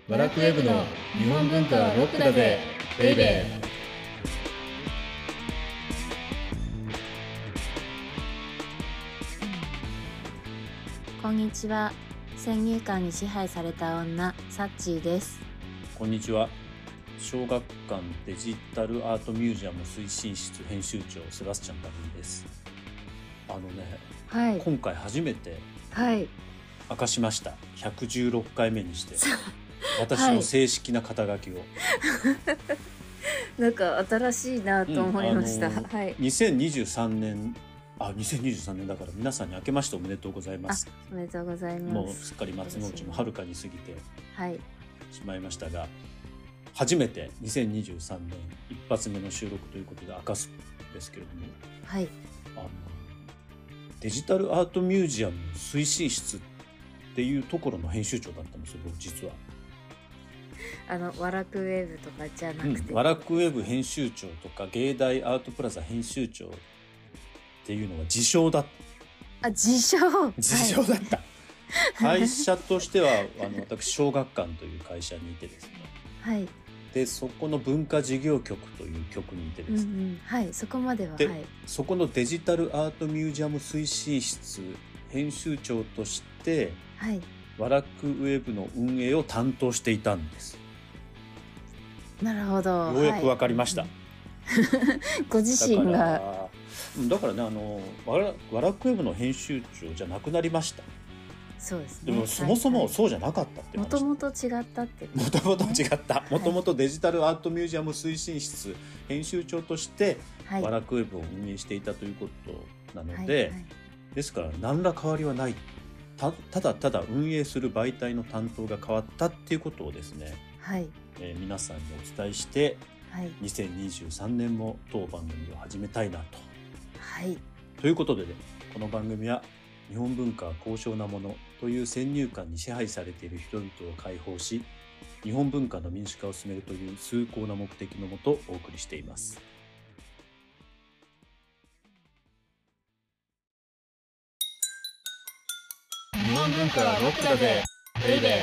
ワラクウェブの日本文化はロックだぜベイベー。 こんにちは。先入観に支配された女、サッチーです。 こんにちは。小学館デジタルアートミュージアム推進室編集長セバスチャンタミです。 はい、 今回初めて明かしました。116回目にして私の正式な肩書きを、 なんか新しいなと思いました。 2023年だから皆さんに明けましておめでとうございます。 おめでとうございます。 もうすっかり松の内もはるかに過ぎてしまいましたが、 はい、 初めて2023年一発目の収録ということで明かすんですけれども、 はい、 デジタルアートミュージアム推進室っていうところの編集長だったんですよ、僕実は。 ワラクウェブとかじゃなくて、 ワラクウェブ編集長とか芸大アートプラザ編集長っていうのは自称だった。 自称だった、会社としては私小学館という会社にいてですね、 はい、 でそこの文化事業局という局にいてですね、 はい、そこまではで、そこのデジタルアートミュージアム推進室編集長として、ワラクウェブの運営を担当していたんです。 なるほど。 ようやく分かりました、 ご自身がだからね、ワラクウェブの編集長じゃなくなりました。 そうですね。 でもそもそもそうじゃなかったって話。 もともと違ったってもともと違った。もともとデジタルアートミュージアム推進室編集長としてワラクウェブを運営していたということなので、ですから何ら変わりはない。ただ運営する媒体の担当が変わったっていうことをですね、皆さんにお伝えして、2023年も当番組を始めたいなと。ということでね、この番組は日本文化は高尚なものという先入観に支配されている人々を解放し、日本文化の民主化を進めるという崇高な目的のもとお送りしています。 日本文化はロックだぜベイベー。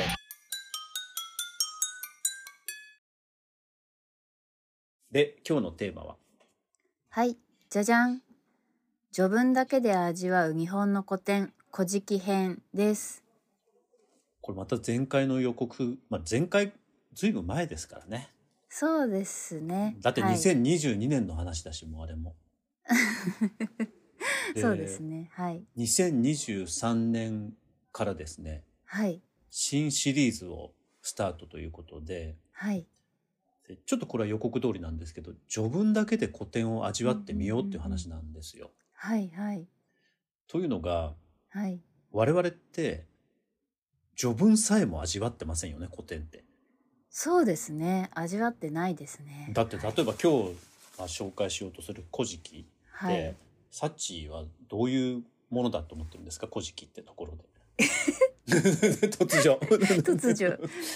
で、今日のテーマは、 じゃじゃん。序文だけで味わう日本の古典古事記編です。 これまた前回の予告、前回ずいぶん前ですからね。 そうですね。 だって2022年の話だし、もうあれもそうですね。 2023年からですね、新シリーズをスタートということで、ちょっとこれは予告通りなんですけど、序文だけで古典を味わってみようっていう話なんですよ。というのが、我々って序文さえも味わってませんよね、古典って。 そうですね、味わってないですね。 だって例えば今日紹介しようとする古事記って、サッチーはどういうものだと思ってるんですか、古事記ってところで。突如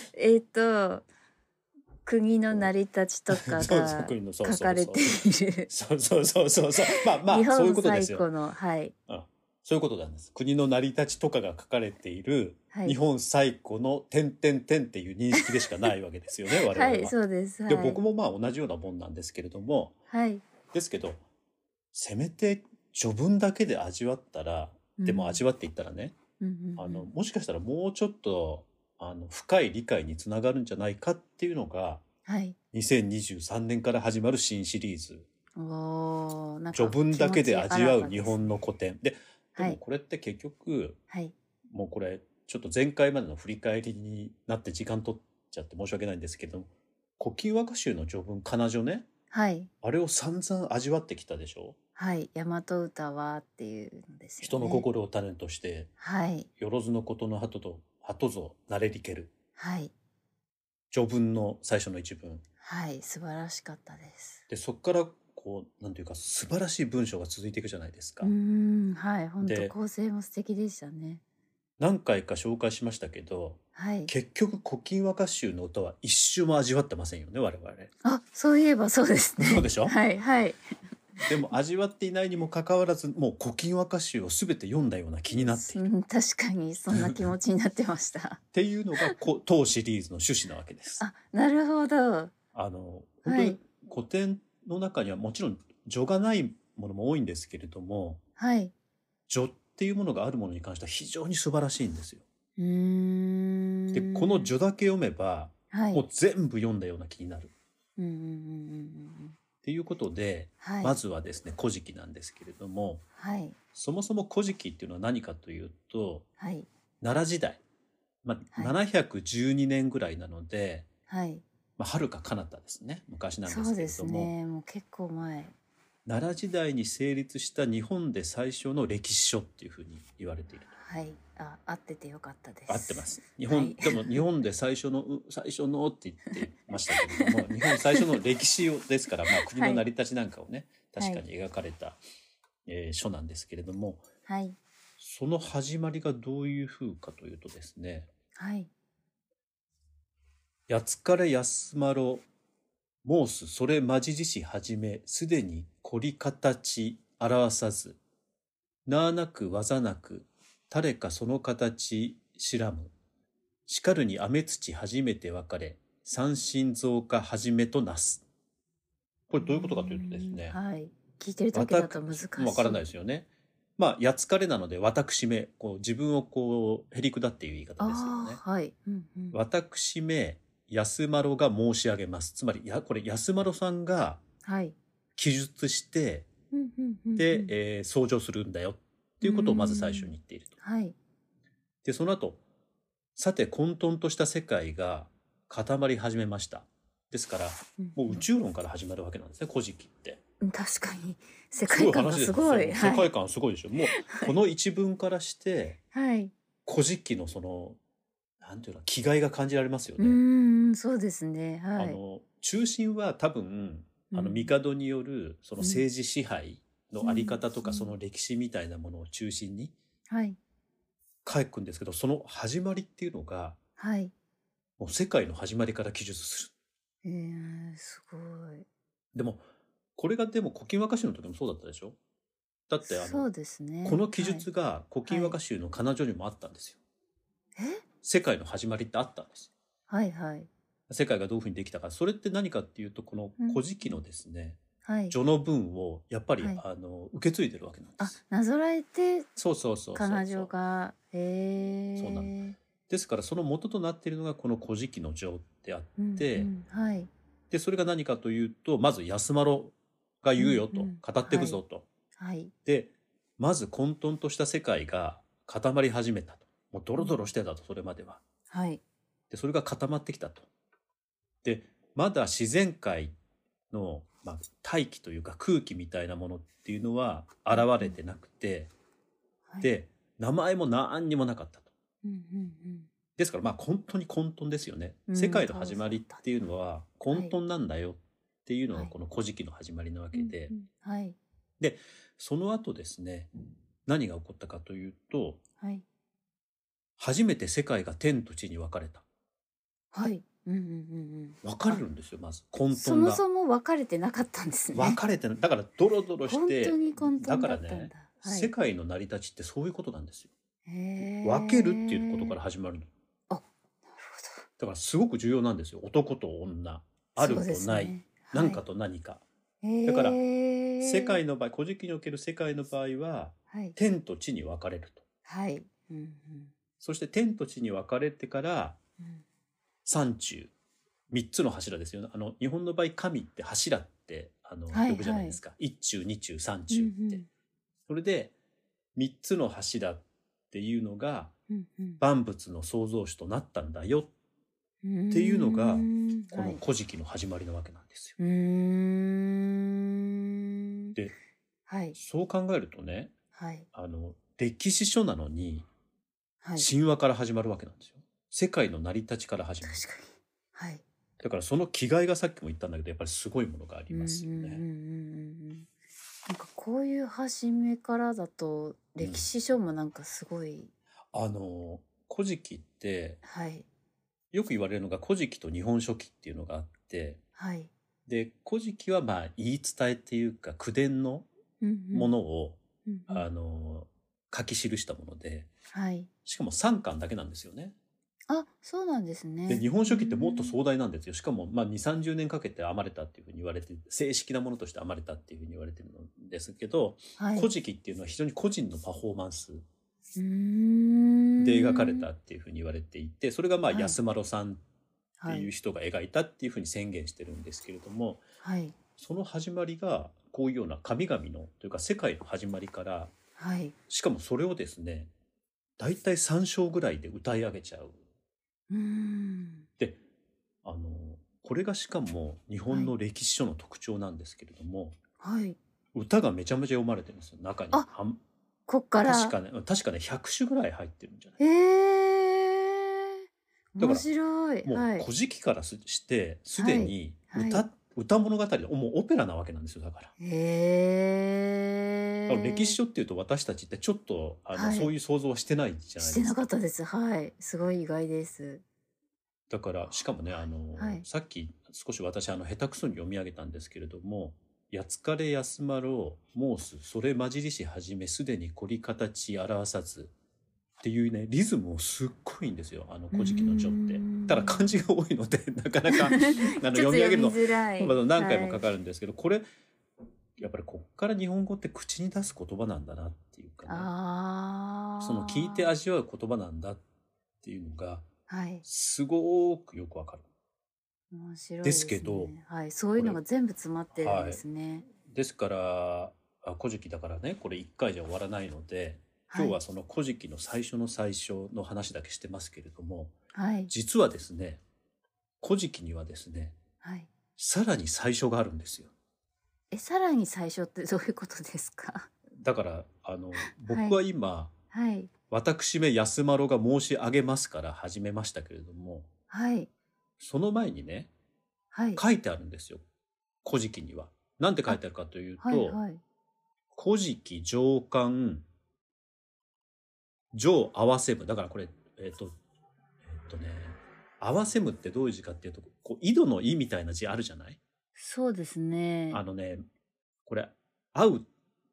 国の成り立ちとかが書かれている。 そういうことですよ。 日本最古の、 そういうことなんです。国の成り立ちとかが書かれている、日本最古の点っていう認識でしかないわけですよね、我々は。 そうです。 で、僕も同じようなもんなんですけれども、ですけど、せめて序文だけで味わったら、でも味わっていったらね、もしかしたらもうちょっと深い理解につながるんじゃないかっていうのが、2023年から始まる新シリーズ。序文だけで味わう日本の古典。でもこれって結局、もうこれちょっと前回までの振り返りになって時間取っちゃって申し訳ないんですけど、古今和歌集の序文、仮名序ね。あれを散々味わってきたでしょ。 大和歌はっていうのですよね。 人の心を種として、よろずのことの鳩ぞなれりける。序文の最初の一文。 素晴らしかったです。 で、そこからなんていうか素晴らしい文章が続いていくじゃないですか。 本当構成も素敵でしたね。 何回か紹介しましたけど、結局古今和歌集の歌は一周も味わってませんよね、我々。 そういえばそうですね。 そうでしょ。 でも味わっていないにもかかわらず、もう古今和歌集を全て読んだような気になっている。 確かにそんな気持ちになってました。 っていうのが当シリーズの趣旨なわけです。 あ、なるほど。 本当に古典の中にはもちろん序がないものも多いんですけれども、 はい。 序っていうものがあるものに関しては非常に素晴らしいんですよ。で、この序だけ読めば、もう全部読んだような気になる。っていうことで、まずはですね、古事記なんですけれども、そもそも古事記っていうのは何かというと、奈良時代、712年ぐらいなので、遥か彼方ですね、昔なんですけれども。そうですね、もう結構前。 奈良時代に成立した日本で最初の歴史書っていうふうに言われている。 はい、合っててよかったです。 合ってます。でも日本で最初のって言ってましたけれども、日本最初の歴史ですから、国の成り立ちなんかをね、確かに描かれた、書なんですけれども、その始まりがどういう風かというとですね、やつかれやすまろ申すそれまじじしはじめすでに凝り形表さずなあなく技なく誰かその形知らむしかるに雨土初めて分かれ三心増加はじめとなす。これどういうことかというとですね、 聞いてるだけだと難しい。 わからないですよね。やつかれなので私め、自分をへりくだっていう言い方ですよね。私め安丸が申し上げます。つまりこれ安丸さんが記述して、で、奏上するんだよっていうことをまず最初に言っていると。でその後、さて混沌とした世界が固まり始めました。ですから、もう宇宙論から始まるわけなんですね、古事記って。 確かに世界観がすごい。 世界観すごいでしょ。もうこの一文からして、古事記のそのなんていうの気概が感じられますよね。 そうですね。 中心は多分帝によるその政治支配のあり方とか、その歴史みたいなものを中心に書くんですけど、その始まりっていうのが、もう世界の始まりから記述する。 すごい。 でもこれが古今和歌集の時もそうだったでしょ。だってそうですね、 この記述が古今和歌集の彼女にもあったんですよ。世界の始まりってあったんです。世界がどういうふうにできたか。それって何かっていうと、この古事記のですね、序の文をやっぱり、受け継いでるわけなんです。 なぞらえてそう彼女がそうなの。ですからその元となっているのがこの古事記の序であって、でそれが何かというと、まず安丸が言うよと、語っていくぞと、でまず混沌とした世界が固まり始めたと。もうドロドロしてたと、それまでは。でそれが固まってきたと。でまだ自然界の、大気というか空気みたいなものっていうのは現れてなくて、で名前も何にもなかったと。ですから本当に混沌ですよね。世界の始まりっていうのは混沌なんだよっていうのがこの古事記の始まりなわけで、でその後ですね、何が起こったかというと、初めて世界が天と地に分かれた。分かれるんですよ。まず混沌がそもそも分かれてなかったんですね。 分かれてだからドロドロして、 本当に混沌だったんだ。 だからね、世界の成り立ちってそういうことなんですよ。分けるっていうことから始まるの。 なるほど。 だからすごく重要なんですよ。男と女、あるとない、何かと何か。だから世界の場合、古事記における世界の場合は、天と地に分かれると。そして天と地に分かれてから、三中、3つの柱ですよね。日本の場合神って柱って呼ぶじゃないですか。一中二中三中って、それで3つの柱っていうのが、万物の創造主となったんだよっていうのが、この古事記の始まりなわけなんですよ。で、そう考えるとね、歴史書なのに神話から始まるわけなんですよ。世界の成り立ちから始まる。 確かに。 だからその気概がさっきも言ったんだけど、やっぱりすごいものがありますよね。 なんかこういう始めからだと歴史書もなんかすごい、 古事記って、よく言われるのが古事記と日本書紀っていうのがあって、 で「古事記」はまあ言い伝えっていうか口伝のものを、書き記したもので、 はい。 しかも3巻だけなんですよね。 あ、そうなんですね。 で日本書紀ってもっと壮大なんですよ。しかもまあ2、30年かけて編まれたっていうふうに言われて、正式なものとして編まれたっていうふうに言われてるんですけど、 はい、 古事記っていうのは非常に個人のパフォーマンスうーんで描かれたっていうふうに言われていて、それがまあはい安丸さんってはいいう人が描いたっていうふうに宣言してるんですけれども、 はいその始まりがこういうような神々のというか世界の始まりから、 はいしかもそれをですねだいたい3章ぐらいで歌い上げちゃう。 うーんでこれがしかも日本の歴史書の特徴なんですけれども、 はい歌がめちゃめちゃ読まれてるんですよ中に。 あこっから確かね100首ぐらい入ってるんじゃない。 面白い。 もうはい古事記からしてすでに歌物語でもうオペラなわけなんですよ。だから歴史書っていうと私たちってちょっとそういう想像はしてないじゃないですか。 してなかったです。はい、すごい意外です。 だからしかもねはいさっき少し私下手くそに読み上げたんですけれども「やつかれ安丸を申すそれ混じりしはじめすでに凝り形表さず」っていうねリズムもすっごいいいんですよ古事記の序って。ただ漢字が多いのでなかなか読み上げるの何回もかかるんですけど、これやっぱりこっから日本語って口に出す言葉なんだなっていうかね、その聞いて味わう言葉なんだっていうのがすごくよくわかる。 面白いですけど、 はい、そういうのが全部詰まってるんですね。 はい、ですから古事記だからねこれ1回じゃ終わらないので今日はその古事記の最初の最初の話だけしてますけれども、 はい、 実はですね古事記にはですね、 はい、 さらに最初があるんですよ。 さらに最初ってどういうことですか？ だから僕は今、 はい、 私め安丸が申し上げますから始めましたけれども、 はい、 その前にね、 はい、 書いてあるんですよ古事記には。なんて書いてあるかというと「古事記上巻上合わせむ」だからこれ合わせむってどういう字かっていうと井戸の井みたいな字あるじゃない。 そうですね。 これ合う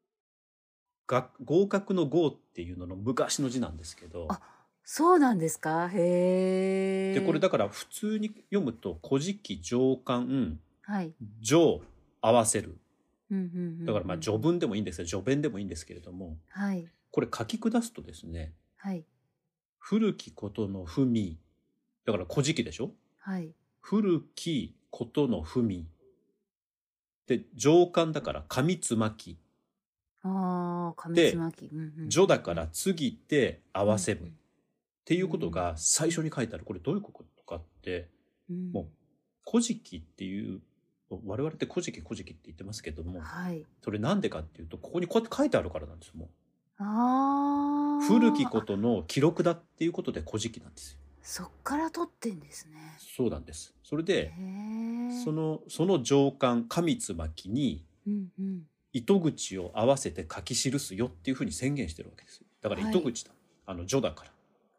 合格の合っていうのの昔の字なんですけど。 あ、そうなんですか。へえ。 でこれだから普通に読むと「古事記上巻上合わせる」だからまあ序文でもいいんですけど序弁でもいいんですけれども、 はい、 これ書き下すとですね、 はい、 古きことの文だから古事記でしょ、 はい、 古きことの文で上巻だから上つまき上つまき序だから次で合わせむっていうことが最初に書いてある。これどういうことかって、もう古事記っていう我々って古事記って言ってますけども、 はい、 それなんでかっていうとここにこうやって書いてあるからなんですよ。もう古きことの記録だっていうことで古事記なんですよ。 そっから取ってんですね。 そうなんです。それでその上巻上つまきに糸口を合わせて書き記すよっていうふうに宣言してるわけですよ。だから糸口だ、序だから。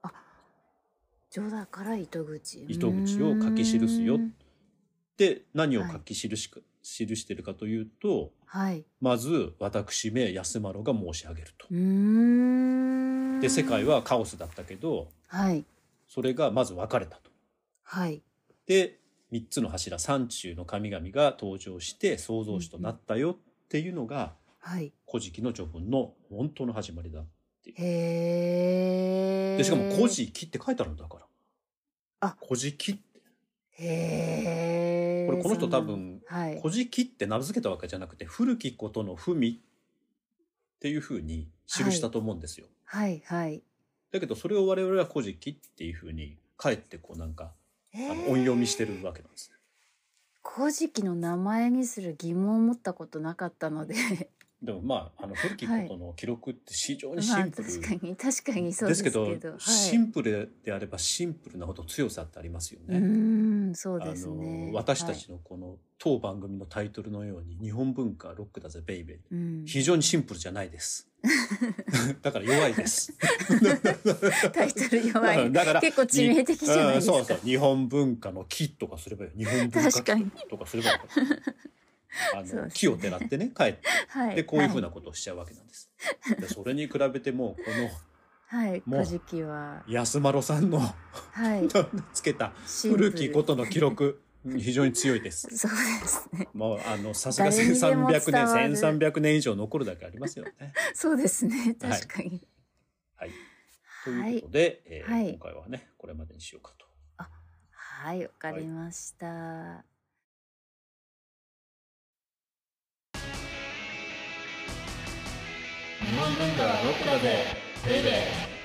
序だから糸口を書き記すよ。で何を書き記してるかというと、 はい、 まず私め安丸が申し上げると。で世界はカオスだったけど、 はい、 それがまず分かれたと。 はい、 で3つの柱三中の神々が登場して創造主となったよっていうのが、古事記の序文の本当の始まりだっていう。でしかも古事記って書いてあるんだから。古事記って。これこの人多分古事記って名付けたわけじゃなくて古きことの文っていうふうに記したと思うんですよ。 はいはい。 だけどそれを我々は古事記っていうふうにかえってこうなんか音読みしてるわけなんです。 古事記の名前にする疑問を持ったことなかったのででもまあ古きことの記録って非常にシンプル、 確かにそうですけど、 シンプルであればシンプルなほど強さってありますよね。 そうですね。 私たちのこの当番組のタイトルのように、日本文化はロックだぜベイベー、非常にシンプルじゃないですだから弱いですタイトル弱い。 だから結構致命的じゃないですか。 そうそう、日本文化の木とかすればいい、日本文化木とかすればいい木をてらってね帰って、はい、でこういうふうなことをしちゃうわけなんです、はい、でそれに比べてもうこのはい、古事記は安丸さんの、はい、つけた古きことの記録非常に強いです。 そうですね。 もうさすが1300年以上残るだけありますよね。 そうですね、確かに。 はい。ということで、はい、今回はねこれまでにしようかと。 はい、わかりました。はい、 日本文化はロックだぜベイベー。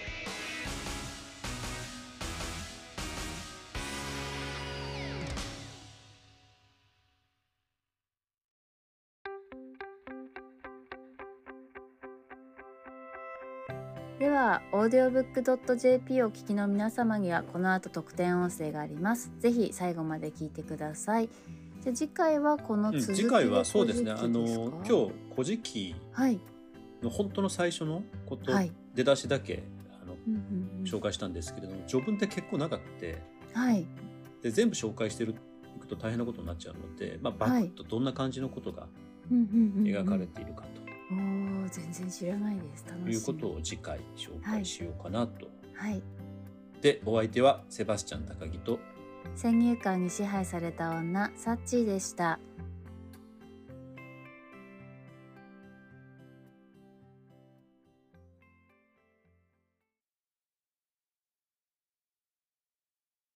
では audiobook.jp をお聞きの皆様にはこの後特典音声があります。ぜひ最後まで聞いてください。じゃ次回はこの続きで、 次回はそうですね、今日古事記の本当の最初のこと、はい、出だしだけ紹介したんですけれども、序文って結構長くて、はい、で全部紹介していくと大変なことになっちゃうので、バクッとどんな感じのことが描かれているかと、 全然知らないです。楽しみ。 いうことを次回紹介しようかなと。はい。で、お相手はセバスチャン高木と先入観に支配された女サッチーでした。